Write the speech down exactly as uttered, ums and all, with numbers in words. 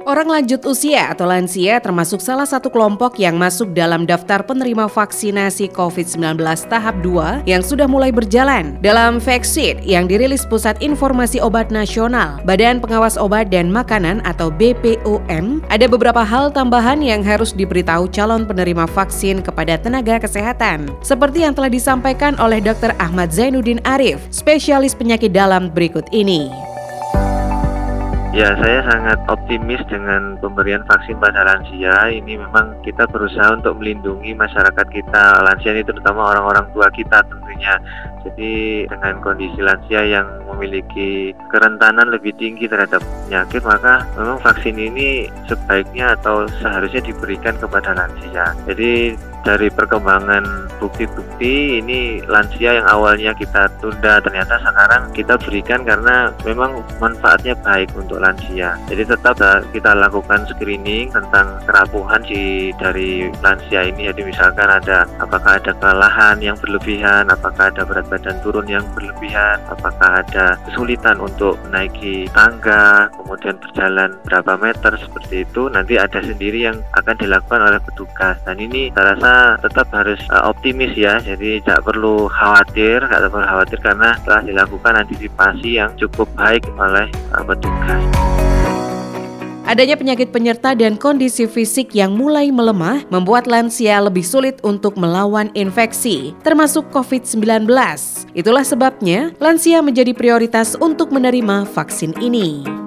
Orang lanjut usia atau lansia termasuk salah satu kelompok yang masuk dalam daftar penerima vaksinasi covid sembilan belas tahap dua yang sudah mulai berjalan. Dalam fact sheet yang dirilis Pusat Informasi Obat Nasional, Badan Pengawas Obat dan Makanan atau B P O M, ada beberapa hal tambahan yang harus diberitahu calon penerima vaksin kepada tenaga kesehatan. Seperti yang telah disampaikan oleh Dokter Ahmad Zainuddin Arif, spesialis penyakit dalam berikut ini. Ya, saya sangat optimis dengan pemberian vaksin pada lansia. Ini memang kita berusaha untuk melindungi masyarakat kita, lansia ini terutama orang-orang tua kita tentunya. Jadi dengan kondisi lansia yang memiliki kerentanan lebih tinggi terhadap penyakit, maka memang vaksin ini sebaiknya atau seharusnya diberikan kepada lansia. Jadi dari perkembangan bukti-bukti ini lansia yang awalnya kita tunda ternyata sekarang kita berikan karena memang manfaatnya baik untuk lansia. Jadi tetap kita lakukan screening tentang kerapuhan di dari lansia ini. Jadi misalkan ada apakah ada kelelahan yang berlebihan, apakah ada berat badan turun yang berlebihan, apakah ada kesulitan untuk menaiki tangga, kemudian berjalan berapa meter seperti itu, nanti ada sendiri yang akan dilakukan oleh petugas. Dan ini saya rasa tetap harus uh, optimis ya, jadi tidak perlu khawatir, tidak perlu khawatir karena telah dilakukan antisipasi yang cukup baik oleh uh, petugas. Adanya penyakit penyerta dan kondisi fisik yang mulai melemah membuat lansia lebih sulit untuk melawan infeksi, termasuk covid sembilan belas. Itulah sebabnya lansia menjadi prioritas untuk menerima vaksin ini.